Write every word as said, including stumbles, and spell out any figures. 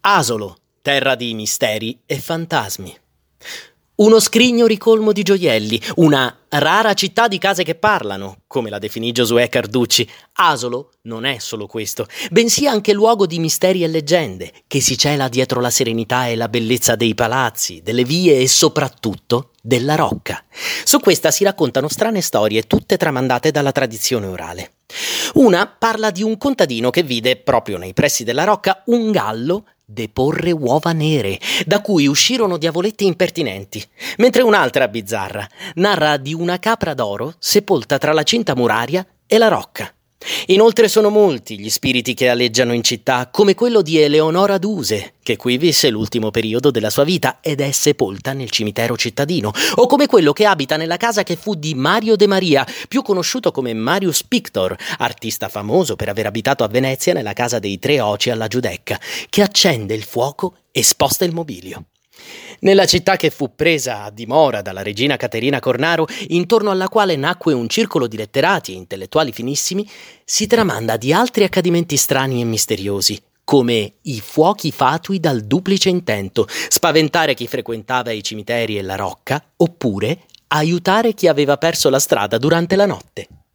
Asolo, terra di misteri e fantasmi. Uno scrigno ricolmo di gioielli, una rara città di case che parlano, come la definì Giosuè Carducci. Asolo non è solo questo, bensì anche luogo di misteri e leggende, che si cela dietro la serenità e la bellezza dei palazzi, delle vie e soprattutto della Rocca. Su questa si raccontano strane storie, tutte tramandate dalla tradizione orale. Una parla di un contadino che vide, proprio nei pressi della Rocca, un gallo deporre uova nere, da cui uscirono diavoletti impertinenti, mentre un'altra bizzarra narra di una capra d'oro sepolta tra la cinta muraria e la Rocca. Inoltre sono molti gli spiriti che aleggiano in città, come quello di Eleonora Duse, che qui visse l'ultimo periodo della sua vita ed è sepolta nel cimitero cittadino, o come quello che abita nella casa che fu di Mario De Maria, più conosciuto come Marius Pictor, artista famoso per aver abitato a Venezia nella casa dei Tre Oci alla Giudecca, che accende il fuoco e sposta il mobilio. Nella città che fu presa a dimora dalla regina Caterina Cornaro, intorno alla quale nacque un circolo di letterati e intellettuali finissimi, si tramanda di altri accadimenti strani e misteriosi, come i fuochi fatui dal duplice intento, spaventare chi frequentava i cimiteri e la Rocca, oppure aiutare chi aveva perso la strada durante la notte.